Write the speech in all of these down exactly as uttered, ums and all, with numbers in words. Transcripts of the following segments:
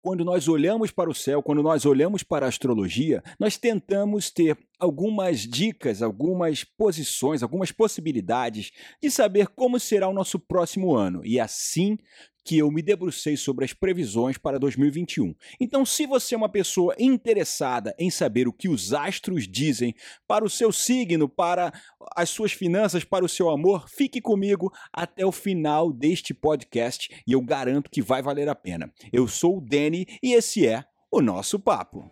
Quando nós olhamos para o céu, quando nós olhamos para a astrologia, nós tentamos ter algumas dicas, algumas posições, algumas possibilidades de saber como será o nosso próximo ano. E é assim que eu me debrucei sobre as previsões para dois mil e vinte e um. Então, se você é uma pessoa interessada em saber o que os astros dizem para o seu signo, para as suas finanças, para o seu amor, fique comigo até o final deste podcast e eu garanto que vai valer a pena. Eu sou o Danny e esse é o nosso papo.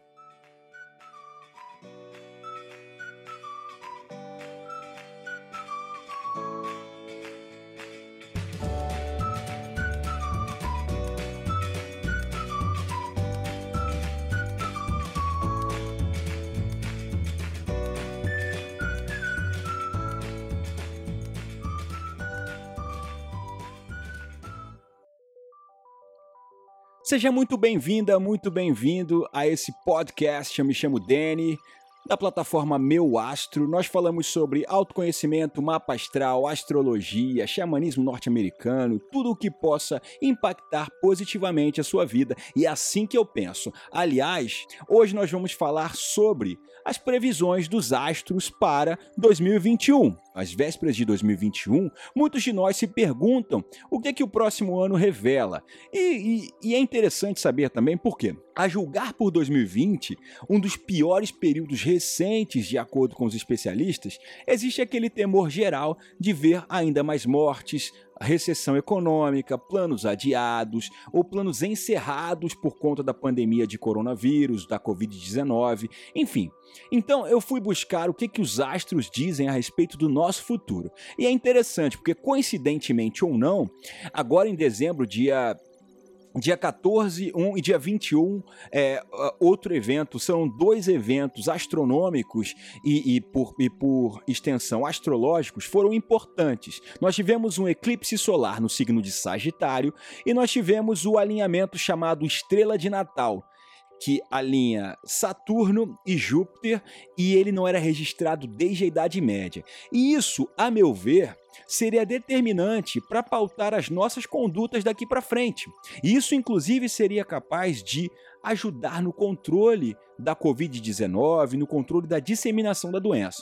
Seja muito bem-vinda, muito bem-vindo a esse podcast. Eu me chamo Danny, da plataforma Meu Astro. Nós falamos sobre autoconhecimento, mapa astral, astrologia, xamanismo norte-americano, tudo o que possa impactar positivamente a sua vida. E é assim que eu penso. Aliás, hoje nós vamos falar sobre as previsões dos astros para dois mil e vinte e um. Às vésperas de dois mil e vinte e um, muitos de nós se perguntam o que é que o próximo ano revela. E, e, e é interessante saber também por quê. A julgar por dois mil e vinte, um dos piores períodos recentes, de acordo com os especialistas, existe aquele temor geral de ver ainda mais mortes, recessão econômica, planos adiados ou planos encerrados por conta da pandemia de coronavírus, da covid dezenove, enfim. Então eu fui buscar o que, que os astros dizem a respeito do nosso futuro. E é interessante, porque coincidentemente ou não, agora em dezembro, dia... Dia quatorze, um e dia vinte e um, é, outro evento, são dois eventos astronômicos e, e, por, e por extensão astrológicos, foram importantes. Nós tivemos um eclipse solar no signo de Sagitário e nós tivemos o alinhamento chamado Estrela de Natal, que alinha Saturno e Júpiter, e ele não era registrado desde a Idade Média. E isso, a meu ver, seria determinante para pautar as nossas condutas daqui para frente. E isso, inclusive, seria capaz de ajudar no controle da covid dezenove, no controle da disseminação da doença.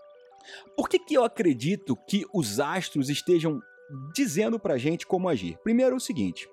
Por que que eu acredito que os astros estejam dizendo para a gente como agir? Primeiro é o seguinte: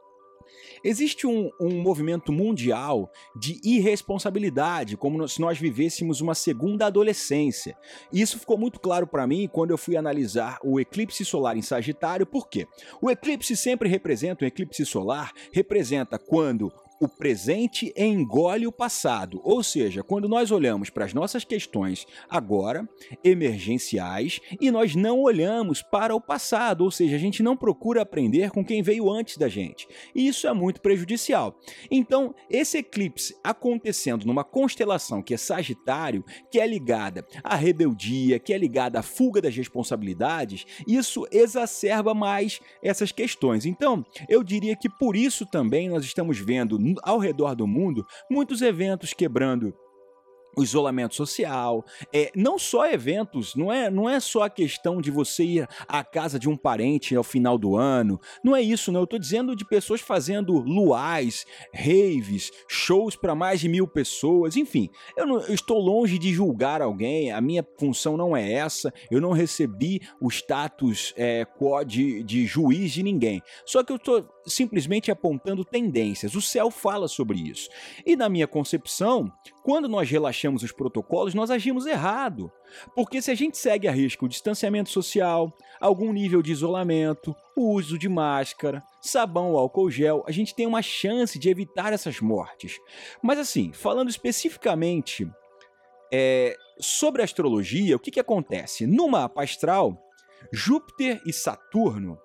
existe um, um movimento mundial de irresponsabilidade, como se nós vivêssemos uma segunda adolescência. E isso ficou muito claro para mim quando eu fui analisar o eclipse solar em Sagitário. Por quê? O eclipse sempre representa, o eclipse solar representa quando o presente engole o passado, ou seja, quando nós olhamos para as nossas questões agora, emergenciais, e nós não olhamos para o passado, ou seja, a gente não procura aprender com quem veio antes da gente. E isso é muito prejudicial. Então, esse eclipse acontecendo numa constelação que é Sagitário, que é ligada à rebeldia, que é ligada à fuga das responsabilidades, isso exacerba mais essas questões. Então, eu diria que por isso também nós estamos vendo ao redor do mundo muitos eventos quebrando o isolamento social, é, não só eventos, não é, não é só a questão de você ir à casa de um parente ao final do ano, não é isso, não. Eu estou dizendo de pessoas fazendo luais, raves, shows para mais de mil pessoas, enfim. Eu, não, eu estou longe de julgar alguém, a minha função não é essa, eu não recebi o status é, de, de juiz de ninguém, só que eu estou simplesmente apontando tendências. O céu fala sobre isso. E na minha concepção, quando nós relaxamos os protocolos, nós agimos errado. Porque se a gente segue a risco o distanciamento social, algum nível de isolamento, o uso de máscara, sabão ou álcool gel, a gente tem uma chance de evitar essas mortes. Mas assim, falando especificamente é, sobre a astrologia, o que, que acontece? No mapa astral, Júpiter e Saturno,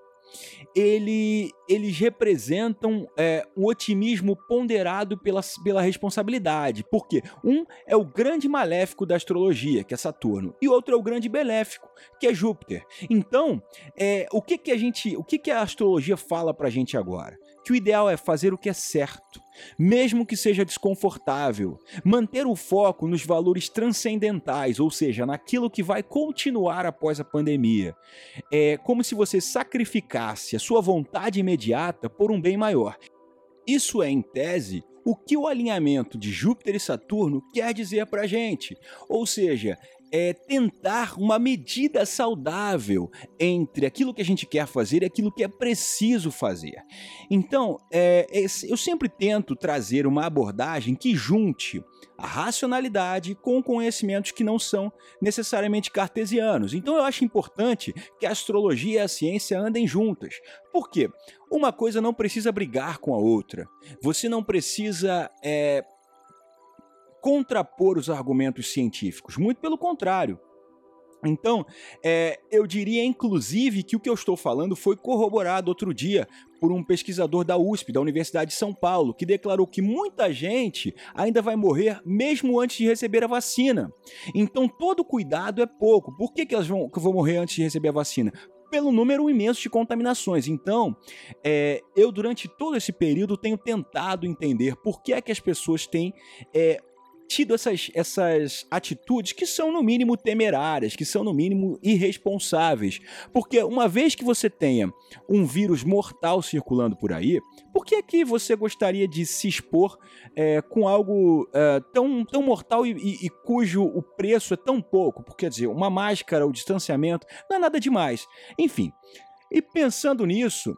Ele, eles representam é, um otimismo ponderado pela, pela responsabilidade. Por quê? Um é o grande maléfico da astrologia, que é Saturno, e o outro é o grande benéfico, que é Júpiter. Então, é, o, que, que, a gente, o que, que a astrologia fala pra gente agora? Que o ideal é fazer o que é certo, mesmo que seja desconfortável, manter o foco nos valores transcendentais, ou seja, naquilo que vai continuar após a pandemia. É como se você sacrificasse a sua vontade imediata por um bem maior. Isso é, em tese, o que o alinhamento de Júpiter e Saturno quer dizer para a gente. Ou seja, é tentar uma medida saudável entre aquilo que a gente quer fazer e aquilo que é preciso fazer. Então, é, eu sempre tento trazer uma abordagem que junte a racionalidade com conhecimentos que não são necessariamente cartesianos. Então eu acho importante que a astrologia e a ciência andem juntas. Por quê? Uma coisa não precisa brigar com a outra. Você não precisa é, contrapor os argumentos científicos, muito pelo contrário. Então, é, eu diria inclusive que o que eu estou falando foi corroborado outro dia por um pesquisador da U S P, da Universidade de São Paulo, que declarou que muita gente ainda vai morrer mesmo antes de receber a vacina. Então, todo cuidado é pouco. Por que, que elas vão, que eu vou morrer antes de receber a vacina? Pelo número imenso de contaminações. Então, é, eu durante todo esse período tenho tentado entender por que é que as pessoas têm é, tido essas, essas atitudes que são no mínimo temerárias, que são no mínimo irresponsáveis. Porque uma vez que você tenha um vírus mortal circulando por aí, por que é que você gostaria de se expor é, com algo é, tão, tão mortal e, e, e cujo o preço é tão pouco? Porque, quer dizer, uma máscara, o distanciamento, não é nada demais. Enfim, e pensando nisso,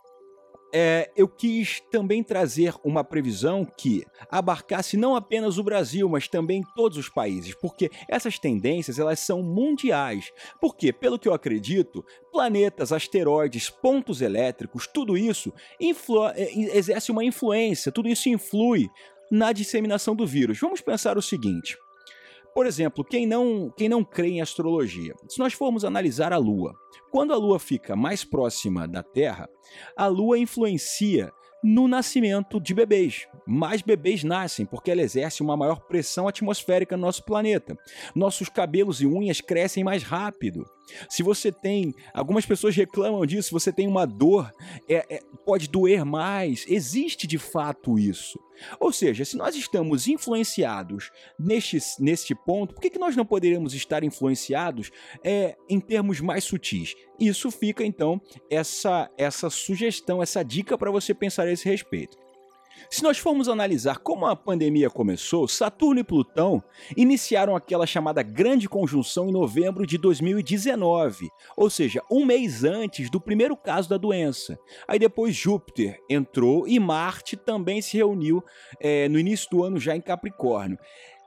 É, eu quis também trazer uma previsão que abarcasse não apenas o Brasil, mas também todos os países, porque essas tendências elas são mundiais. Porque, pelo que eu acredito, planetas, asteroides, pontos elétricos, tudo isso influ- exerce uma influência, tudo isso influi na disseminação do vírus. Vamos pensar o seguinte. Por exemplo, quem não, quem não crê em astrologia, se nós formos analisar a Lua, quando a Lua fica mais próxima da Terra, a Lua influencia no nascimento de bebês. Mais bebês nascem porque ela exerce uma maior pressão atmosférica no nosso planeta. Nossos cabelos e unhas crescem mais rápido. Se você tem, algumas pessoas reclamam disso, se você tem uma dor, é, é, pode doer mais. Existe de fato isso. Ou seja, se nós estamos influenciados neste, neste ponto, por que, que nós não poderíamos estar influenciados é, em termos mais sutis? Isso fica, então, essa, essa sugestão, essa dica para você pensar a esse respeito. Se nós formos analisar como a pandemia começou, Saturno e Plutão iniciaram aquela chamada Grande Conjunção em novembro de dois mil e dezenove, ou seja, um mês antes do primeiro caso da doença. Aí depois Júpiter entrou e Marte também se reuniu é, no início do ano já em Capricórnio.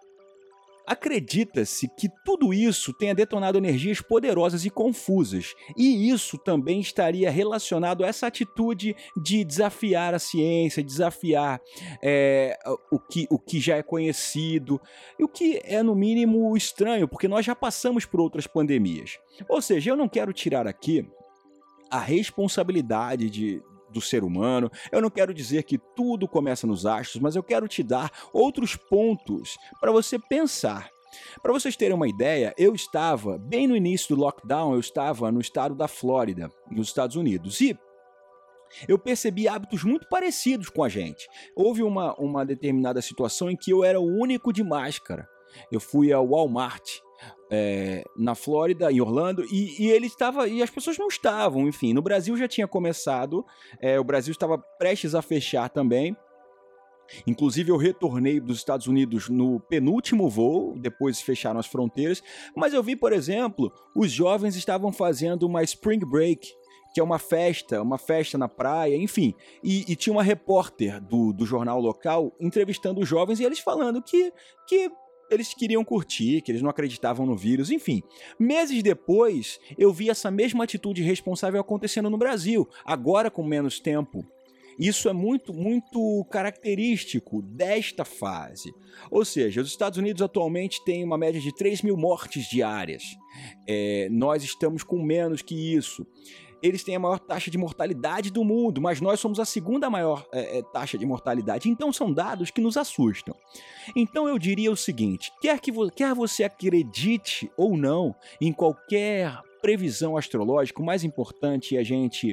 Acredita-se que tudo isso tenha detonado energias poderosas e confusas, e isso também estaria relacionado a essa atitude de desafiar a ciência, desafiar é, o, que, o que já é conhecido, e o que é no mínimo estranho, porque nós já passamos por outras pandemias. Ou seja, eu não quero tirar aqui a responsabilidade de... do ser humano, eu não quero dizer que tudo começa nos astros, mas eu quero te dar outros pontos para você pensar. Para vocês terem uma ideia, eu estava, bem no início do lockdown, eu estava no estado da Flórida, nos Estados Unidos, e eu percebi hábitos muito parecidos com a gente. Houve uma, uma determinada situação em que eu era o único de máscara. Eu fui ao Walmart, É, na Flórida, em Orlando, e, e ele estava, e as pessoas não estavam, enfim, no Brasil já tinha começado, é, o Brasil estava prestes a fechar também, inclusive eu retornei dos Estados Unidos no penúltimo voo, depois fecharam as fronteiras, mas eu vi, por exemplo, os jovens estavam fazendo uma Spring Break, que é uma festa, uma festa na praia, enfim, e, e tinha uma repórter do, do jornal local entrevistando os jovens e eles falando que, que eles queriam curtir, que eles não acreditavam no vírus, enfim. Meses depois, eu vi essa mesma atitude responsável acontecendo no Brasil, agora com menos tempo. Isso é muito, muito característico desta fase. Ou seja, os Estados Unidos atualmente têm uma média de três mil mortes diárias. É, nós estamos com menos que isso. Eles têm a maior taxa de mortalidade do mundo, mas nós somos a segunda maior é, taxa de mortalidade. Então são dados que nos assustam. Então eu diria o seguinte, quer, que vo- quer você acredite ou não em qualquer previsão astrológica, o mais importante é a gente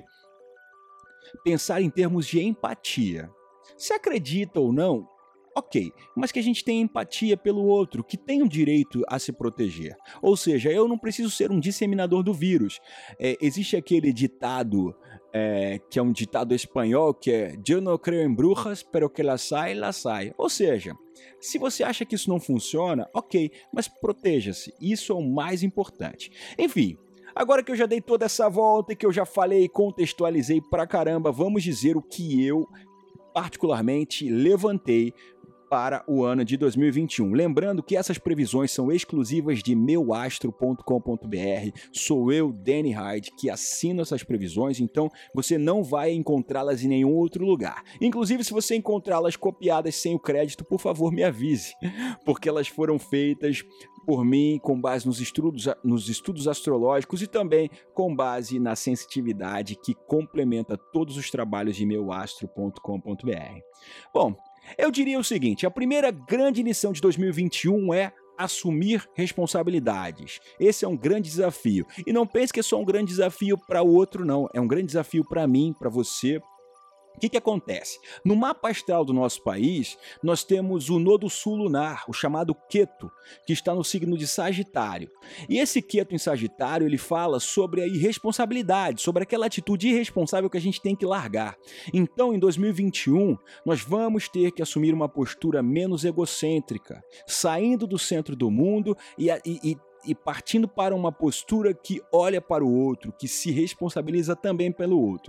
pensar em termos de empatia. Se acredita ou não, ok, mas que a gente tenha empatia pelo outro, que tem o direito a se proteger. Ou seja, eu não preciso ser um disseminador do vírus. É, existe aquele ditado é, que é um ditado espanhol, que é "Eu não creio em brujas, pero que las hay, las hay". Ou seja, se você acha que isso não funciona, ok, mas proteja-se, isso é o mais importante. Enfim, agora que eu já dei toda essa volta e que eu já falei e contextualizei pra caramba, vamos dizer o que eu particularmente levantei para o ano de dois mil e vinte e um. Lembrando que essas previsões são exclusivas de meu astro ponto com ponto b r. Sou eu, Danny Hyde, que assino essas previsões, então você não vai encontrá-las em nenhum outro lugar. Inclusive, se você encontrá-las copiadas sem o crédito, por favor, me avise, porque elas foram feitas por mim com base nos estudos, nos estudos astrológicos e também com base na sensitividade que complementa todos os trabalhos de meu astro ponto com ponto b r. Bom, eu diria o seguinte, a primeira grande lição de dois mil e vinte e um é assumir responsabilidades. Esse é um grande desafio. E não pense que é só um grande desafio para o outro, não. É um grande desafio para mim, para você. O que que acontece? No mapa astral do nosso país, nós temos o nodo sul lunar, o chamado Queto, que está no signo de Sagitário. E esse Queto em Sagitário, ele fala sobre a irresponsabilidade, sobre aquela atitude irresponsável que a gente tem que largar. Então, em dois mil e vinte e um, nós vamos ter que assumir uma postura menos egocêntrica, saindo do centro do mundo e, e, e e partindo para uma postura que olha para o outro, que se responsabiliza também pelo outro.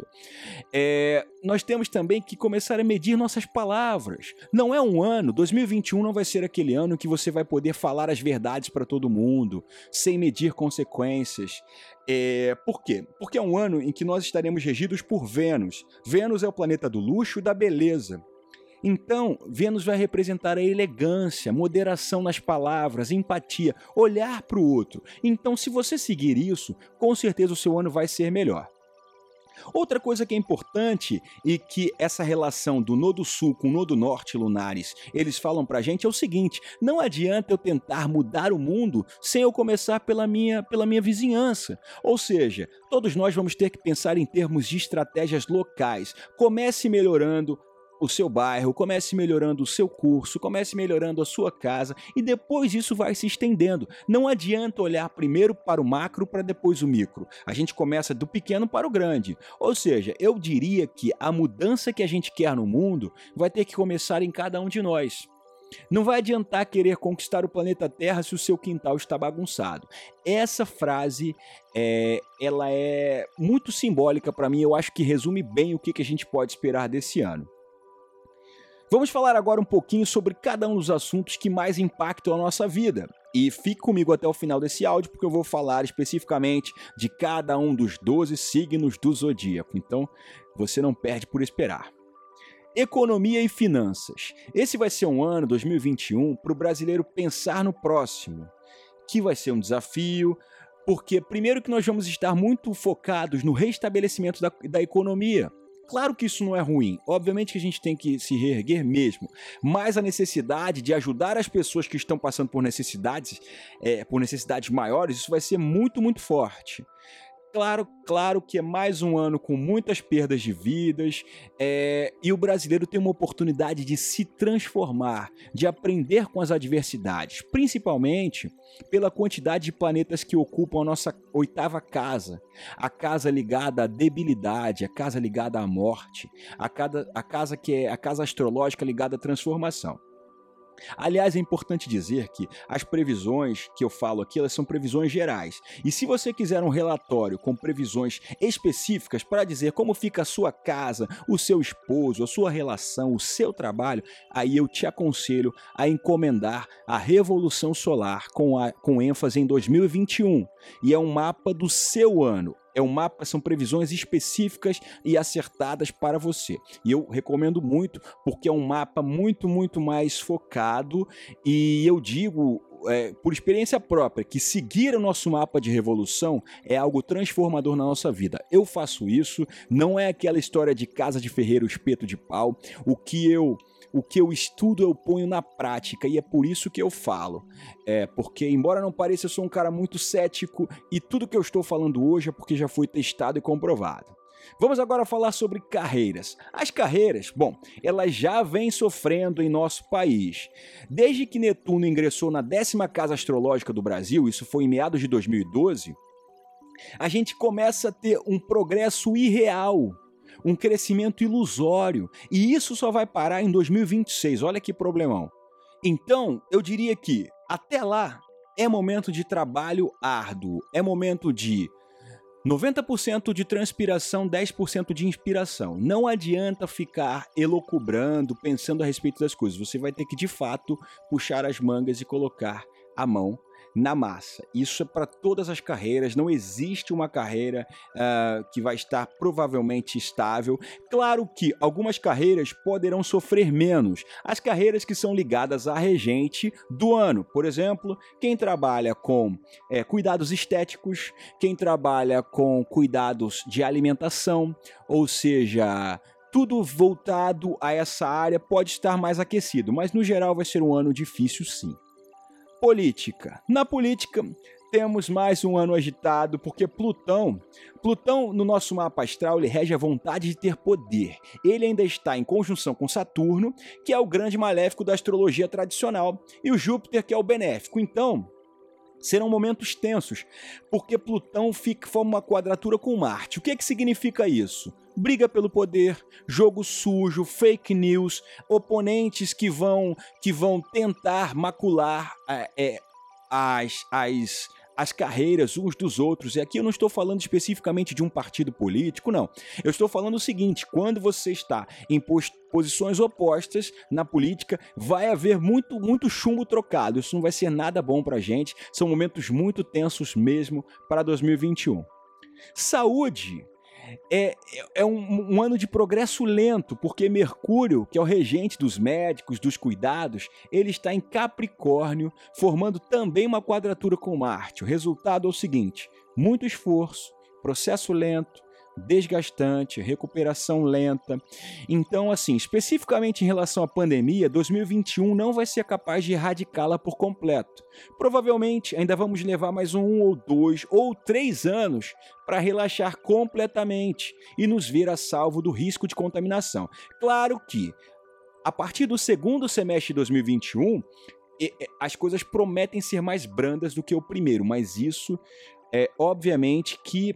É, nós temos também que começar a medir nossas palavras. Não é um ano, dois mil e vinte e um não vai ser aquele ano que você vai poder falar as verdades para todo mundo, sem medir consequências. É, por quê? Porque é um ano em que nós estaremos regidos por Vênus. Vênus é o planeta do luxo e da beleza. Então, Vênus vai representar a elegância, moderação nas palavras, empatia, olhar para o outro. Então, se você seguir isso, com certeza o seu ano vai ser melhor. Outra coisa que é importante e que essa relação do nodo sul com o nodo norte lunares, eles falam pra gente é o seguinte, não adianta eu tentar mudar o mundo sem eu começar pela minha, pela minha vizinhança. Ou seja, todos nós vamos ter que pensar em termos de estratégias locais. Comece melhorando o seu bairro, comece melhorando o seu curso, comece melhorando a sua casa e depois isso vai se estendendo. Não adianta olhar primeiro para o macro para depois o micro. A gente começa do pequeno para o grande. Ou seja, eu diria que a mudança que a gente quer no mundo vai ter que começar em cada um de nós. Não vai adiantar querer conquistar o planeta Terra se o seu quintal está bagunçado. Essa frase, é, ela é muito simbólica para mim, eu acho que resume bem o que, que a gente pode esperar desse ano. Vamos falar agora um pouquinho sobre cada um dos assuntos que mais impactam a nossa vida. E fique comigo até o final desse áudio, porque eu vou falar especificamente de cada um dos doze signos do zodíaco. Então, você não perde por esperar. Economia e finanças. Esse vai ser um ano, dois mil e vinte e um, para o brasileiro pensar no próximo, que vai ser um desafio, porque primeiro que nós vamos estar muito focados no restabelecimento da, da economia. Claro que isso não é ruim, obviamente que a gente tem que se reerguer mesmo, mas a necessidade de ajudar as pessoas que estão passando por necessidades, é, por necessidades maiores, isso vai ser muito, muito forte. Claro, claro que é mais um ano com muitas perdas de vidas, é, e o brasileiro tem uma oportunidade de se transformar, de aprender com as adversidades, principalmente pela quantidade de planetas que ocupam a nossa oitava casa, a casa ligada à debilidade, a casa ligada à morte, a, cada, a casa que é a casa astrológica ligada à transformação. Aliás, é importante dizer que as previsões que eu falo aqui, elas são previsões gerais. E se você quiser um relatório com previsões específicas para dizer como fica a sua casa, o seu esposo, a sua relação, o seu trabalho, aí eu te aconselho a encomendar a Revolução Solar com, a, com ênfase em dois mil e vinte e um. E é um mapa do seu ano. É um mapa, são previsões específicas e acertadas para você. E eu recomendo muito, porque é um mapa muito, muito mais focado. E eu digo, é, por experiência própria, que seguir o nosso mapa de revolução é algo transformador na nossa vida. Eu faço isso, não é aquela história de casa de ferreiro, espeto de pau. O que eu... O que eu estudo eu ponho na prática e é por isso que eu falo. É porque, embora não pareça, eu sou um cara muito cético e tudo que eu estou falando hoje é porque já foi testado e comprovado. Vamos agora falar sobre carreiras. As carreiras, bom, elas já vêm sofrendo em nosso país. Desde que Netuno ingressou na décima casa astrológica do Brasil, isso foi em meados de dois mil e doze, A gente começa a ter um progresso irreal, um crescimento ilusório, e isso só vai parar em dois mil e vinte e seis, olha que problemão. Então, eu diria que, até lá, é momento de trabalho árduo, é momento de noventa por cento de transpiração, dez por cento de inspiração. Não adianta ficar elocubrando, pensando a respeito das coisas. Você vai ter que, de fato, puxar as mangas e colocar a mão na massa. Isso é para todas as carreiras, não existe uma carreira uh, que vai estar provavelmente estável. Claro que algumas carreiras poderão sofrer menos. As carreiras que são ligadas à regente do ano. Por exemplo, quem trabalha com é, cuidados estéticos, quem trabalha com cuidados de alimentação, ou seja, tudo voltado a essa área pode estar mais aquecido, mas no geral vai ser um ano difícil sim. Política. Na política, temos mais um ano agitado, porque Plutão, Plutão no nosso mapa astral, ele rege a vontade de ter poder. Ele ainda está em conjunção com Saturno, que é o grande maléfico da astrologia tradicional, e o Júpiter, que é o benéfico. Então, serão momentos tensos, porque Plutão fica, forma uma quadratura com Marte. O que, é que significa isso? Briga pelo poder, jogo sujo, fake news, oponentes que vão, que vão tentar macular é, é, as, as, as carreiras uns dos outros. E aqui eu não estou falando especificamente de um partido político, não. Eu estou falando o seguinte, quando você está em posições opostas na política, vai haver muito, muito chumbo trocado. Isso não vai ser nada bom pra gente. São momentos muito tensos mesmo para dois mil e vinte e um. Saúde. É, é um, um ano de progresso lento, porque Mercúrio, que é o regente dos médicos, dos cuidados, ele está em Capricórnio, formando também uma quadratura com Marte. O resultado é o seguinte, muito esforço, processo lento, desgastante, recuperação lenta. Então, assim, especificamente em relação à pandemia, dois mil e vinte e um não vai ser capaz de erradicá-la por completo. Provavelmente ainda vamos levar mais um ou dois ou três anos para relaxar completamente e nos ver a salvo do risco de contaminação. Claro que, a partir do segundo semestre de dois mil e vinte e um, as coisas prometem ser mais brandas do que o primeiro, mas isso é obviamente que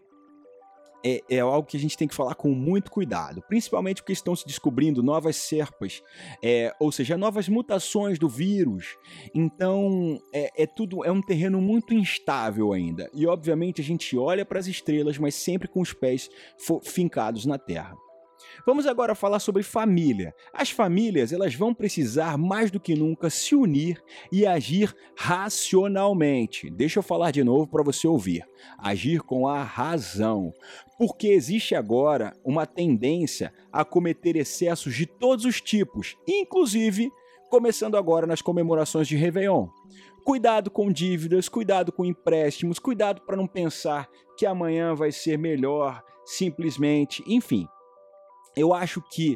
É, é algo que a gente tem que falar com muito cuidado, principalmente porque estão se descobrindo novas cepas, é, ou seja, novas mutações do vírus. Então, é, é tudo é um terreno muito instável ainda. E, obviamente, a gente olha para as estrelas, mas sempre com os pés fincados na Terra. Vamos agora falar sobre família. As famílias, elas vão precisar mais do que nunca se unir e agir racionalmente. Deixa eu falar de novo para você ouvir. Agir com a razão. Porque existe agora uma tendência a cometer excessos de todos os tipos, inclusive começando agora nas comemorações de Réveillon. Cuidado com dívidas, cuidado com empréstimos, cuidado para não pensar que amanhã vai ser melhor, simplesmente, enfim. Eu acho que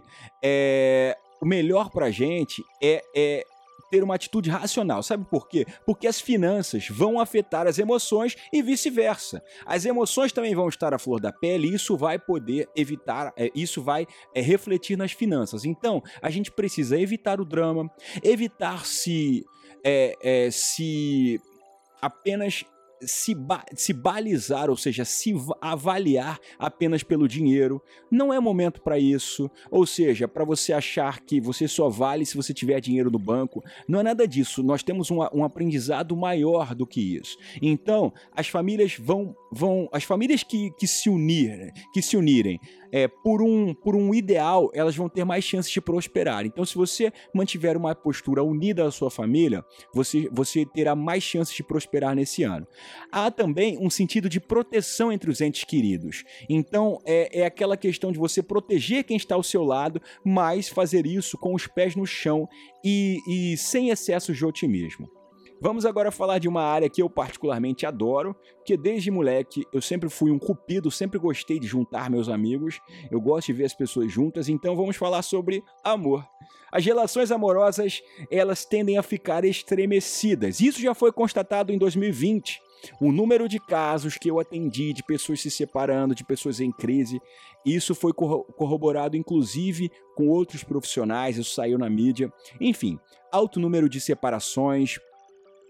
é, o melhor para a gente é, é ter uma atitude racional. Sabe por quê? Porque as finanças vão afetar as emoções e vice-versa. As emoções também vão estar à flor da pele e isso vai poder evitar, é, isso vai é, refletir nas finanças. Então, a gente precisa evitar o drama, evitar se, é, é, se apenas... Se, ba se balizar, ou seja, se avaliar apenas pelo dinheiro. Não é momento para isso, ou seja, para você achar que você só vale se você tiver dinheiro no banco. Não é nada disso, nós temos um, um aprendizado maior do que isso. Então, as famílias vão, vão as famílias que, que se unirem, que se unirem é, por, um, por um ideal, elas vão ter mais chances de prosperar. Então, se você mantiver uma postura unida à sua família, você, você terá mais chances de prosperar nesse ano. Há também um sentido de proteção entre os entes queridos. Então, é, é aquela questão de você proteger quem está ao seu lado, mas fazer isso com os pés no chão e, e sem excessos de otimismo. Vamos agora falar de uma área que eu particularmente adoro, que desde moleque eu sempre fui um cupido, sempre gostei de juntar meus amigos, eu gosto de ver as pessoas juntas, então vamos falar sobre amor. As relações amorosas, elas tendem a ficar estremecidas. Isso já foi constatado em dois mil e vinte. O número de casos que eu atendi de pessoas se separando, de pessoas em crise, isso foi corroborado inclusive com outros profissionais, isso saiu na mídia. Enfim, alto número de separações,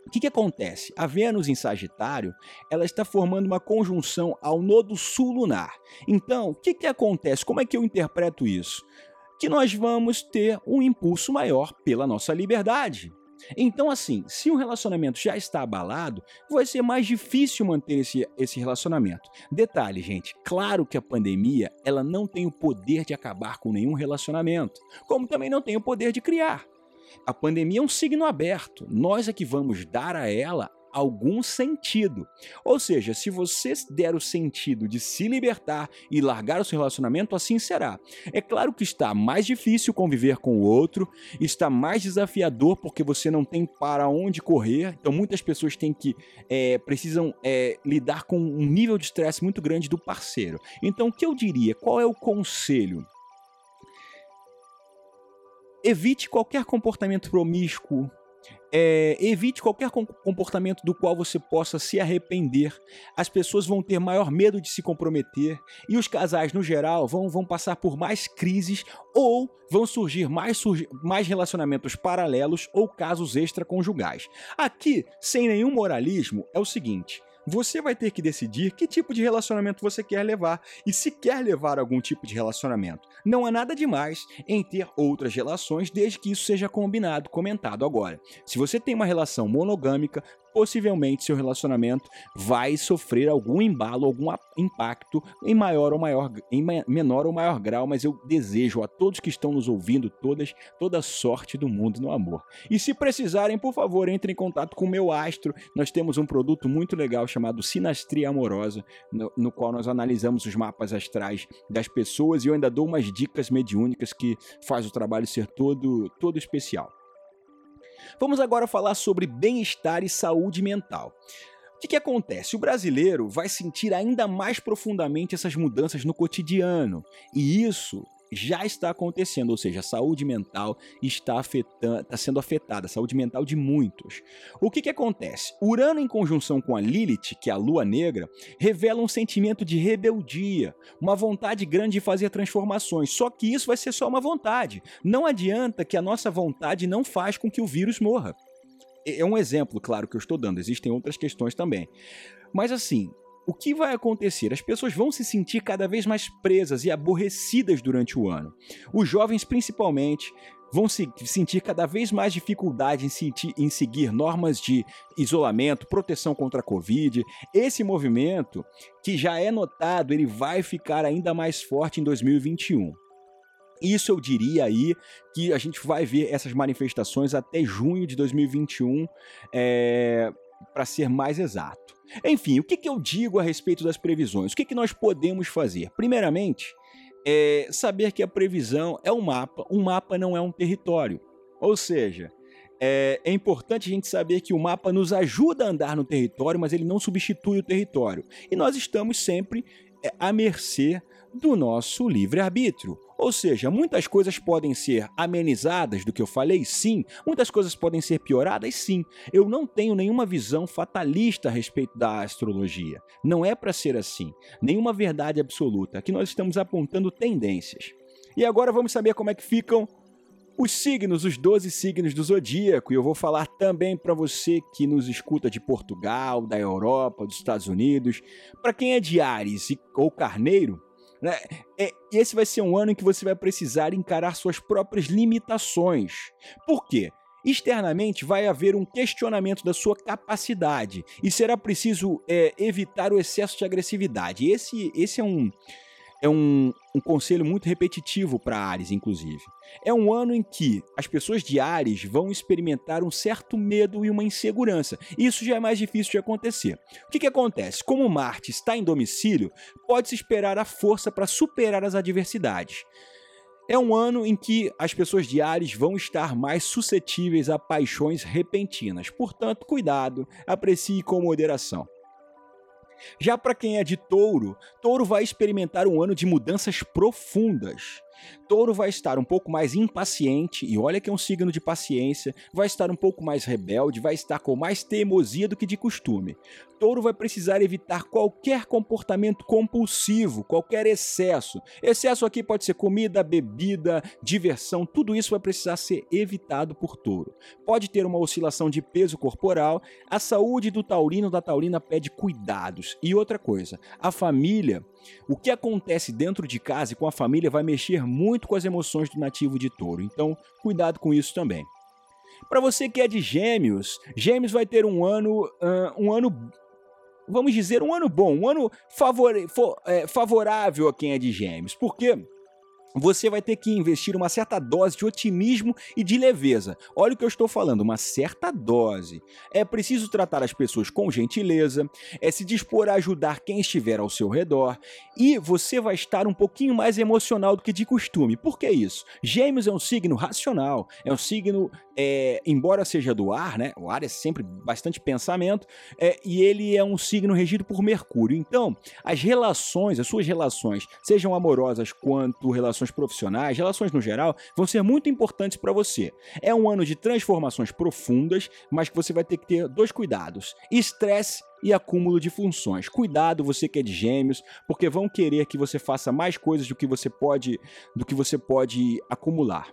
O que, que acontece? A Vênus em Sagitário, ela está formando uma conjunção ao nodo sul lunar. Então, o que, que acontece? Como é que eu interpreto isso? Que nós vamos ter um impulso maior pela nossa liberdade. Então, assim, se um relacionamento já está abalado, vai ser mais difícil manter esse, esse relacionamento. Detalhe, gente, claro que a pandemia ela não tem o poder de acabar com nenhum relacionamento, como também não tem o poder de criar. A pandemia é um signo aberto, nós é que vamos dar a ela algum sentido. Ou seja, se você der o sentido de se libertar e largar o seu relacionamento, assim será. É claro que está mais difícil conviver com o outro, está mais desafiador porque você não tem para onde correr, então muitas pessoas têm que, é, precisam é, lidar com um nível de estresse muito grande do parceiro. Então o que eu diria? Qual é o conselho? Evite qualquer comportamento promíscuo, É, evite qualquer comportamento do qual você possa se arrepender. As pessoas vão ter maior medo de se comprometer e os casais, no geral, vão, vão passar por mais crises ou vão surgir mais, surgir mais relacionamentos paralelos ou casos extraconjugais. Aqui, sem nenhum moralismo, é o seguinte: você vai ter que decidir que tipo de relacionamento você quer levar e se quer levar algum tipo de relacionamento. Não há nada demais em ter outras relações desde que isso seja combinado, comentado. Agora, se você tem uma relação monogâmica, possivelmente seu relacionamento vai sofrer algum embalo, algum impacto em maior ou maior, em menor ou maior grau, mas eu desejo a todos que estão nos ouvindo todas, toda a sorte do mundo no amor. E se precisarem, por favor, entrem em contato com o meu astro. Nós temos um produto muito legal chamado Sinastria Amorosa, no, no qual nós analisamos os mapas astrais das pessoas e eu ainda dou umas dicas mediúnicas que faz o trabalho ser todo, todo especial. Vamos agora falar sobre bem-estar e saúde mental. O que, que acontece? O brasileiro vai sentir ainda mais profundamente essas mudanças no cotidiano, e isso já está acontecendo, ou seja, a saúde mental está, afetando, está sendo afetada, a saúde mental de muitos. O que, que acontece? Urano em conjunção com a Lilith, que é a lua negra, revela um sentimento de rebeldia, uma vontade grande de fazer transformações, só que isso vai ser só uma vontade. Não adianta que a nossa vontade não faz com que o vírus morra. É um exemplo, claro, que eu estou dando, existem outras questões também. Mas assim, o que vai acontecer? As pessoas vão se sentir cada vez mais presas e aborrecidas durante o ano. Os jovens, principalmente, vão se sentir cada vez mais dificuldade em, sentir, em seguir normas de isolamento, proteção contra a Covid. Esse movimento, que já é notado, ele vai ficar ainda mais forte em dois mil e vinte e um. Isso eu diria aí que a gente vai ver essas manifestações até junho de dois mil e vinte e um, é, para ser mais exato. Enfim, o que, que eu digo a respeito das previsões? O que, que nós podemos fazer? Primeiramente, é saber que a previsão é um mapa, um mapa não é um território. Ou seja, é, é importante a gente saber que o mapa nos ajuda a andar no território, mas ele não substitui o território. E nós estamos sempre é, à mercê do nosso livre-arbítrio. Ou seja, muitas coisas podem ser amenizadas do que eu falei, sim. Muitas coisas podem ser pioradas, sim. Eu não tenho nenhuma visão fatalista a respeito da astrologia. Não é para ser assim. Nenhuma verdade absoluta. Aqui nós estamos apontando tendências. E agora vamos saber como é que ficam os signos, os doze signos do zodíaco. E eu vou falar também para você que nos escuta de Portugal, da Europa, dos Estados Unidos. Para quem é de Áries ou Carneiro, É, esse vai ser um ano em que você vai precisar encarar suas próprias limitações. Por quê? Externamente vai haver um questionamento da sua capacidade e será preciso é, evitar o excesso de agressividade. Esse, esse é um... É um, um conselho muito repetitivo para Áries, inclusive. É um ano em que as pessoas de Áries vão experimentar um certo medo e uma insegurança. Isso já é mais difícil de acontecer. O que, que acontece? Como Marte está em domicílio, pode-se esperar a força para superar as adversidades. É um ano em que as pessoas de Áries vão estar mais suscetíveis a paixões repentinas. Portanto, cuidado, aprecie com moderação. Já para quem é de Touro, Touro vai experimentar um ano de mudanças profundas. Touro vai estar um pouco mais impaciente, e olha que é um signo de paciência, vai estar um pouco mais rebelde, vai estar com mais teimosia do que de costume. Touro vai precisar evitar qualquer comportamento compulsivo, qualquer excesso. Excesso aqui pode ser comida, bebida, diversão, tudo isso vai precisar ser evitado por Touro. Pode ter uma oscilação de peso corporal, a saúde do taurino da taurina pede cuidados. E outra coisa, a família, o que acontece dentro de casa e com a família vai mexer muito com as emoções do nativo de Touro, então cuidado com isso também. Para você que é de Gêmeos, Gêmeos vai ter um ano, uh, um ano, vamos dizer, um ano bom, um ano favor, for, é, favorável a quem é de Gêmeos, porque você vai ter que investir uma certa dose de otimismo e de leveza. Olha o que eu estou falando, uma certa dose. É preciso tratar as pessoas com gentileza, é se dispor a ajudar quem estiver ao seu redor, e você vai estar um pouquinho mais emocional do que de costume. Por que isso? Gêmeos é um signo racional, é um signo, é, embora seja do ar, né? O ar é sempre bastante pensamento, é, e ele é um signo regido por Mercúrio. Então, as relações, as suas relações, sejam amorosas quanto relações profissionais, relações no geral, vão ser muito importantes para você. É um ano de transformações profundas, mas que você vai ter que ter dois cuidados: estresse e acúmulo de funções. Cuidado, você que é de Gêmeos, porque vão querer que você faça mais coisas do que você pode, do que você pode acumular.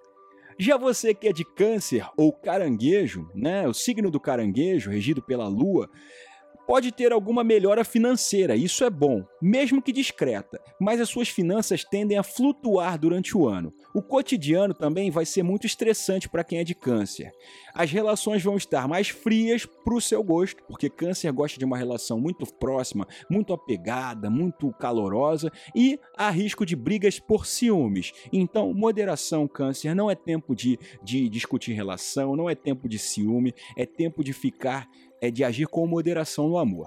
Já você que é de Câncer ou Caranguejo, né, o signo do Caranguejo, regido pela Lua, pode ter alguma melhora financeira, isso é bom, mesmo que discreta, mas as suas finanças tendem a flutuar durante o ano. O cotidiano também vai ser muito estressante para quem é de Câncer. As relações vão estar mais frias para o seu gosto, porque Câncer gosta de uma relação muito próxima, muito apegada, muito calorosa, e há risco de brigas por ciúmes. Então, moderação, Câncer, não é tempo de, de discutir relação, não é tempo de ciúme, é tempo de ficar é de agir com moderação no amor.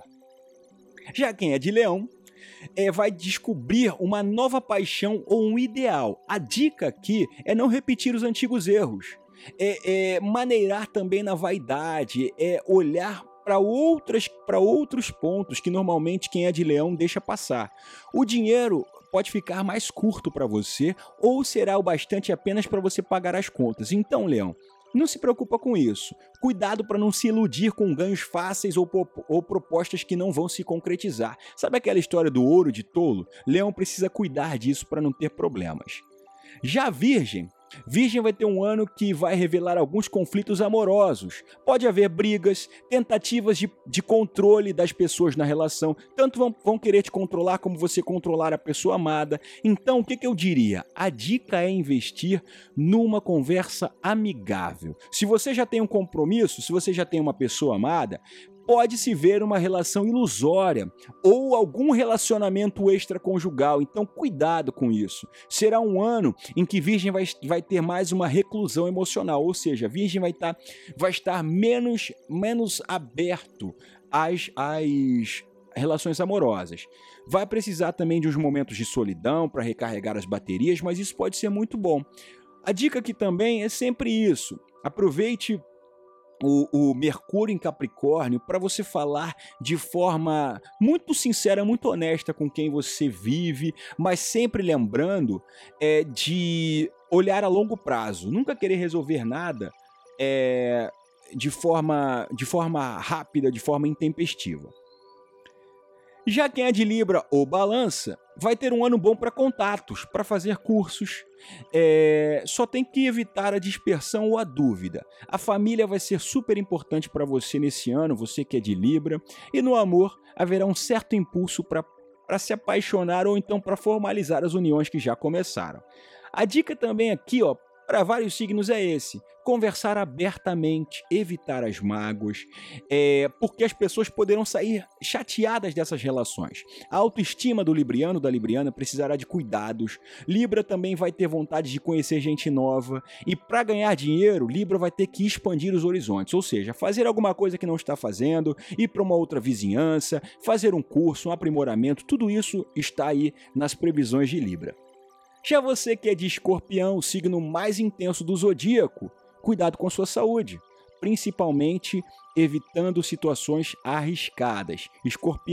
Já quem é de Leão é, vai descobrir uma nova paixão ou um ideal. A dica aqui é não repetir os antigos erros, é, é maneirar também na vaidade, é olhar para outras, para outros pontos que normalmente quem é de Leão deixa passar. O dinheiro pode ficar mais curto para você ou será o bastante apenas para você pagar as contas. Então, Leão, não se preocupa com isso. Cuidado para não se iludir com ganhos fáceis ou, ou propostas que não vão se concretizar. Sabe aquela história do ouro de tolo? Leão precisa cuidar disso para não ter problemas. Já Virgem, Virgem vai ter um ano que vai revelar alguns conflitos amorosos. Pode haver brigas, tentativas de, de controle das pessoas na relação. Tanto vão, vão querer te controlar como você controlar a pessoa amada. Então, o que, que eu diria? A dica é investir numa conversa amigável. Se você já tem um compromisso, se você já tem uma pessoa amada, pode-se ver uma relação ilusória ou algum relacionamento extraconjugal, então cuidado com isso. Será um ano em que Virgem vai, vai ter mais uma reclusão emocional, ou seja, Virgem vai, tá, vai estar menos, menos aberto às, às relações amorosas. Vai precisar também de uns momentos de solidão para recarregar as baterias, mas isso pode ser muito bom. A dica aqui também é sempre isso: aproveite O, o Mercúrio em Capricórnio para você falar de forma muito sincera, muito honesta com quem você vive, mas sempre lembrando é, de olhar a longo prazo, nunca querer resolver nada é, de forma, de forma rápida, de forma intempestiva. Já quem é de Libra ou Balança vai ter um ano bom para contatos, para fazer cursos. É, só tem que evitar a dispersão ou a dúvida. A família vai ser super importante para você nesse ano, você que é de Libra. E no amor haverá um certo impulso para para se apaixonar ou então para formalizar as uniões que já começaram. A dica também aqui, ó, para vários signos é esse: conversar abertamente, evitar as mágoas, é, porque as pessoas poderão sair chateadas dessas relações. A autoestima do libriano, da libriana, precisará de cuidados. Libra também vai ter vontade de conhecer gente nova, e para ganhar dinheiro, Libra vai ter que expandir os horizontes, ou seja, fazer alguma coisa que não está fazendo, ir para uma outra vizinhança, fazer um curso, um aprimoramento, tudo isso está aí nas previsões de Libra. Já você que é de Escorpião, o signo mais intenso do zodíaco, cuidado com a sua saúde, principalmente evitando situações arriscadas. Escorpião,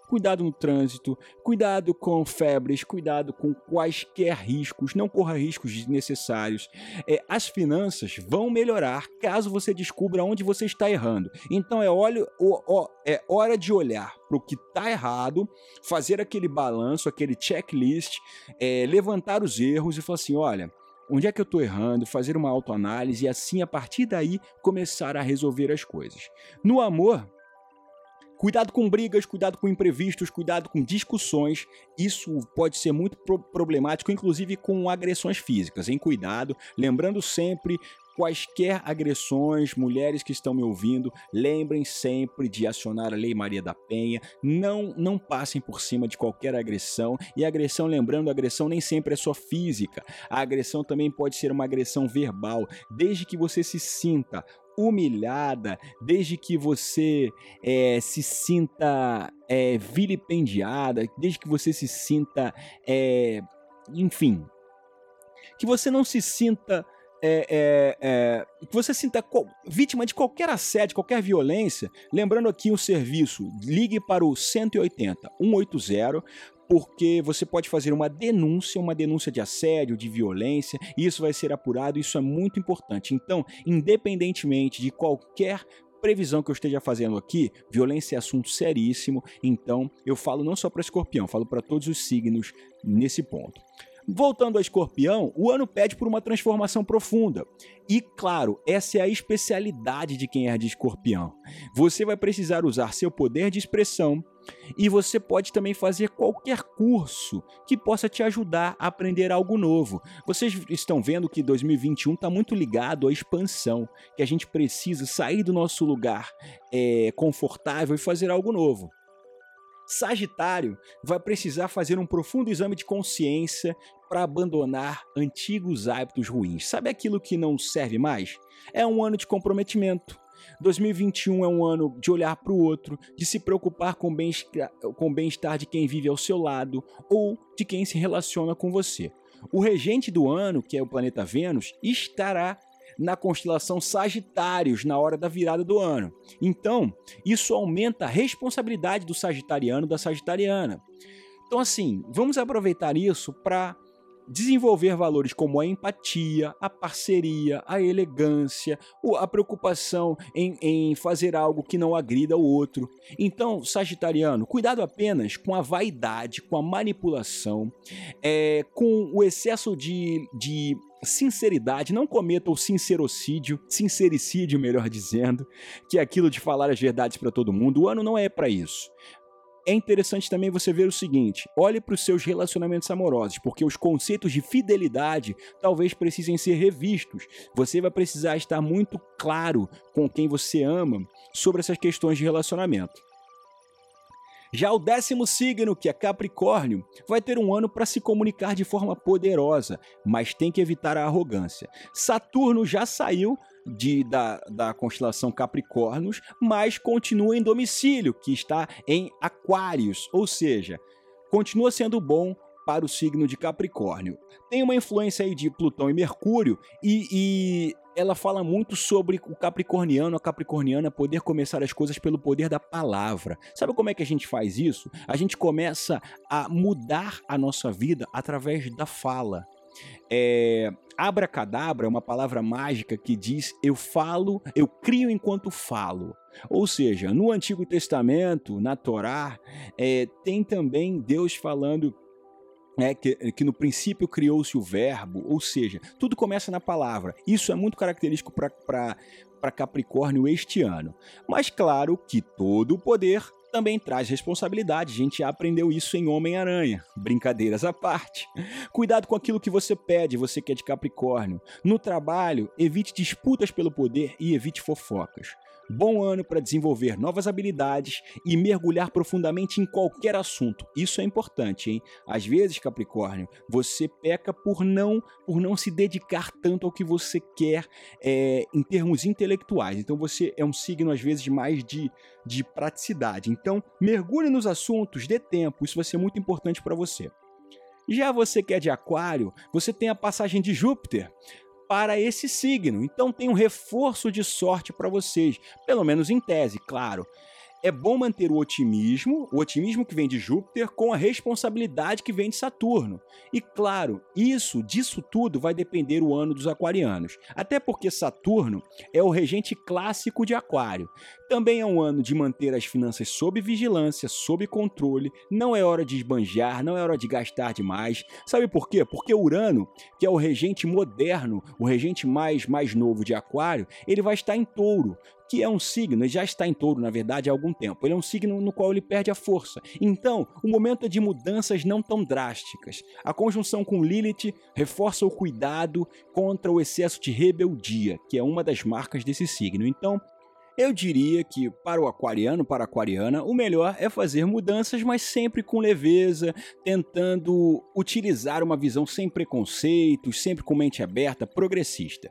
cuidado no trânsito, cuidado com febres, cuidado com quaisquer riscos, não corra riscos desnecessários. É, as finanças vão melhorar caso você descubra onde você está errando. Então é, olho, ó, ó, é hora de olhar para o que está errado, fazer aquele balanço, aquele checklist, é, levantar os erros e falar assim, olha, onde é que eu estou errando, fazer uma autoanálise e assim, a partir daí, começar a resolver as coisas. No amor, cuidado com brigas, cuidado com imprevistos, cuidado com discussões. Isso pode ser muito pro- problemático, inclusive com agressões físicas, hein? Cuidado, lembrando sempre, quaisquer agressões, mulheres que estão me ouvindo, lembrem sempre de acionar a Lei Maria da Penha, não, não passem por cima de qualquer agressão, e agressão, lembrando, a agressão nem sempre é só física, a agressão também pode ser uma agressão verbal, desde que você se sinta humilhada, desde que você é, se sinta é, vilipendiada, desde que você se sinta, é, enfim, que você não se sinta É, é, é, que você sinta co- vítima de qualquer assédio, qualquer violência, lembrando aqui o serviço, ligue para o cento e oitenta, cento e oitenta, porque você pode fazer uma denúncia, uma denúncia de assédio, de violência, e isso vai ser apurado, isso é muito importante. Então, independentemente de qualquer previsão que eu esteja fazendo aqui, violência é assunto seríssimo, então eu falo não só para Escorpião, falo para todos os signos nesse ponto. Voltando a Escorpião, o ano pede por uma transformação profunda. E, claro, essa é a especialidade de quem é de Escorpião. Você vai precisar usar seu poder de expressão e você pode também fazer qualquer curso que possa te ajudar a aprender algo novo. Vocês estão vendo que dois mil e vinte e um está muito ligado à expansão, que a gente precisa sair do nosso lugar é, confortável e fazer algo novo. Sagitário vai precisar fazer um profundo exame de consciência para abandonar antigos hábitos ruins. Sabe aquilo que não serve mais? É um ano de comprometimento. dois mil e vinte e um é um ano de olhar para o outro, de se preocupar com o bem-estar, com o bem-estar de quem vive ao seu lado ou de quem se relaciona com você. O regente do ano, que é o planeta Vênus, estará na constelação Sagitários na hora da virada do ano. Então, isso aumenta a responsabilidade do sagitariano, da sagitariana. Então, assim, vamos aproveitar isso para desenvolver valores como a empatia, a parceria, a elegância, a preocupação em, em fazer algo que não agrida o outro. Então, sagitariano, cuidado apenas com a vaidade, com a manipulação, é, com o excesso de, de sinceridade. Não cometa o sincerocídio, sincericídio, melhor dizendo, que é aquilo de falar as verdades para todo mundo. O ano não é para isso. É interessante também você ver o seguinte, olhe para os seus relacionamentos amorosos, porque os conceitos de fidelidade talvez precisem ser revistos. Você vai precisar estar muito claro com quem você ama sobre essas questões de relacionamento. Já o décimo signo, que é Capricórnio, vai ter um ano para se comunicar de forma poderosa, mas tem que evitar a arrogância. Saturno já saiu de, da, da constelação Capricórnios, mas continua em domicílio, que está em Aquários, ou seja, continua sendo bom para o signo de Capricórnio. Tem uma influência aí de Plutão e Mercúrio e... e ela fala muito sobre o capricorniano, a capricorniana poder começar as coisas pelo poder da palavra. Sabe como é que a gente faz isso? A gente começa a mudar a nossa vida através da fala. É, abracadabra é uma palavra mágica que diz eu falo, eu crio enquanto falo. Ou seja, no Antigo Testamento, na Torá, é, tem também Deus falando É, que, que no princípio criou-se o verbo, ou seja, tudo começa na palavra. Isso é muito característico para Capricórnio este ano. Mas claro que todo o poder também traz responsabilidade. A gente já aprendeu isso em Homem-Aranha. Brincadeiras à parte. Cuidado com aquilo que você pede, você que é de Capricórnio. No trabalho, evite disputas pelo poder e evite fofocas. Bom ano para desenvolver novas habilidades e mergulhar profundamente em qualquer assunto. Isso é importante, hein? Às vezes, Capricórnio, você peca por não, por não se dedicar tanto ao que você quer é, em termos intelectuais. Então você é um signo, às vezes, mais de, de praticidade. Então, mergulhe nos assuntos, dê tempo. Isso vai ser muito importante para você. Já você que é de Aquário, você tem a passagem de Júpiter para esse signo. Então tem um reforço de sorte para vocês, pelo menos em tese, claro. é bom manter o otimismo, o otimismo que vem de Júpiter, com a responsabilidade que vem de Saturno. E claro, isso, disso tudo vai depender o ano dos aquarianos. Até porque Saturno é o regente clássico de Aquário. Também é um ano de manter as finanças sob vigilância, sob controle, não é hora de esbanjar, não é hora de gastar demais. Sabe por quê? Porque Urano, que é o regente moderno, o regente mais, mais novo de Aquário, ele vai estar em Touro, que é um signo, ele já está em Touro, na verdade, há algum tempo. Ele é um signo no qual ele perde a força. Então, o momento é de mudanças não tão drásticas. A conjunção com Lilith reforça o cuidado contra o excesso de rebeldia, que é uma das marcas desse signo. Então, eu diria que para o aquariano, para a aquariana, o melhor é fazer mudanças, mas sempre com leveza, tentando utilizar uma visão sem preconceitos, sempre com mente aberta, progressista.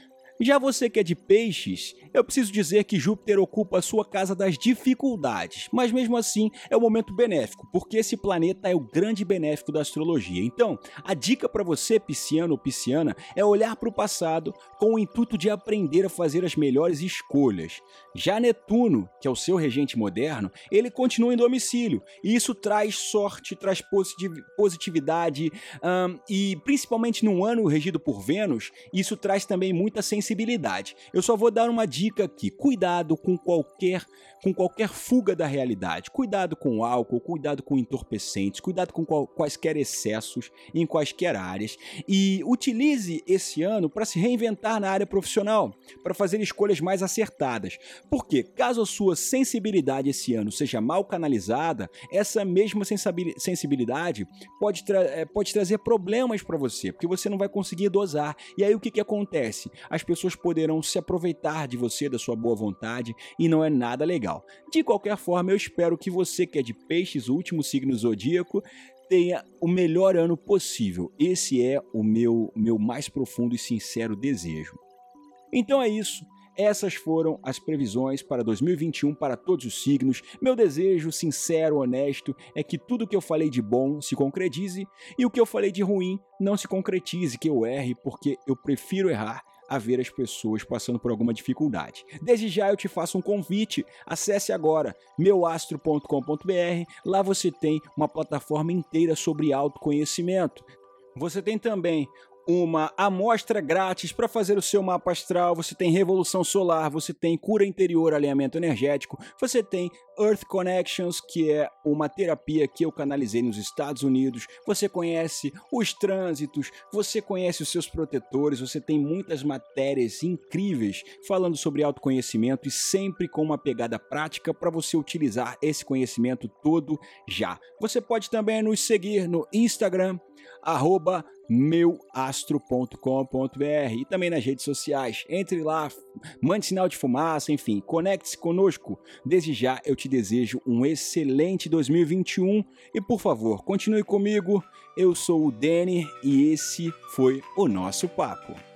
Já você que é de peixes, eu preciso dizer que Júpiter ocupa a sua casa das dificuldades, mas mesmo assim é um momento benéfico, porque esse planeta é o grande benéfico da astrologia. Então, a dica para você, pisciano ou pisciana, é olhar para o passado com o intuito de aprender a fazer as melhores escolhas. Já Netuno, que é o seu regente moderno, ele continua em domicílio, e isso traz sorte, traz positividade, um, e principalmente num ano regido por Vênus, isso traz também muita sensibilidade. Sensibilidade. Eu só vou dar uma dica aqui, cuidado com qualquer, com qualquer fuga da realidade, cuidado com o álcool, cuidado com entorpecentes, cuidado com qual, quaisquer excessos em quaisquer áreas e utilize esse ano para se reinventar na área profissional, para fazer escolhas mais acertadas, porque caso a sua sensibilidade esse ano seja mal canalizada, essa mesma sensibilidade pode, tra pode trazer problemas para você, porque você não vai conseguir dosar, e aí o que, que acontece? As pessoas pessoas poderão se aproveitar de você, da sua boa vontade, e não é nada legal. De qualquer forma, eu espero que você que é de peixes, o último signo zodíaco, tenha o melhor ano possível. Esse é o meu, meu mais profundo e sincero desejo. Então é isso. Essas foram as previsões para dois mil e vinte e um para todos os signos. Meu desejo sincero, honesto, é que tudo que eu falei de bom se concretize e o que eu falei de ruim não se concretize, que eu erre, porque eu prefiro errar a ver as pessoas passando por alguma dificuldade. Desde já eu te faço um convite, acesse agora meu astro ponto com ponto b r, lá você tem uma plataforma inteira sobre autoconhecimento. Você tem também uma amostra grátis para fazer o seu mapa astral, você tem Revolução Solar, você tem Cura Interior, Alinhamento Energético, você tem Earth Connections, que é uma terapia que eu canalizei nos Estados Unidos, você conhece os trânsitos, você conhece os seus protetores, você tem muitas matérias incríveis falando sobre autoconhecimento e sempre com uma pegada prática para você utilizar esse conhecimento todo já. Você pode também nos seguir no Instagram, arroba meu astro ponto com ponto b r e também nas redes sociais. Entre lá, mande sinal de fumaça, enfim, conecte-se conosco. Desde já eu te desejo um excelente dois mil e vinte e um e, por favor, continue comigo. Eu sou o Dani e esse foi o nosso papo.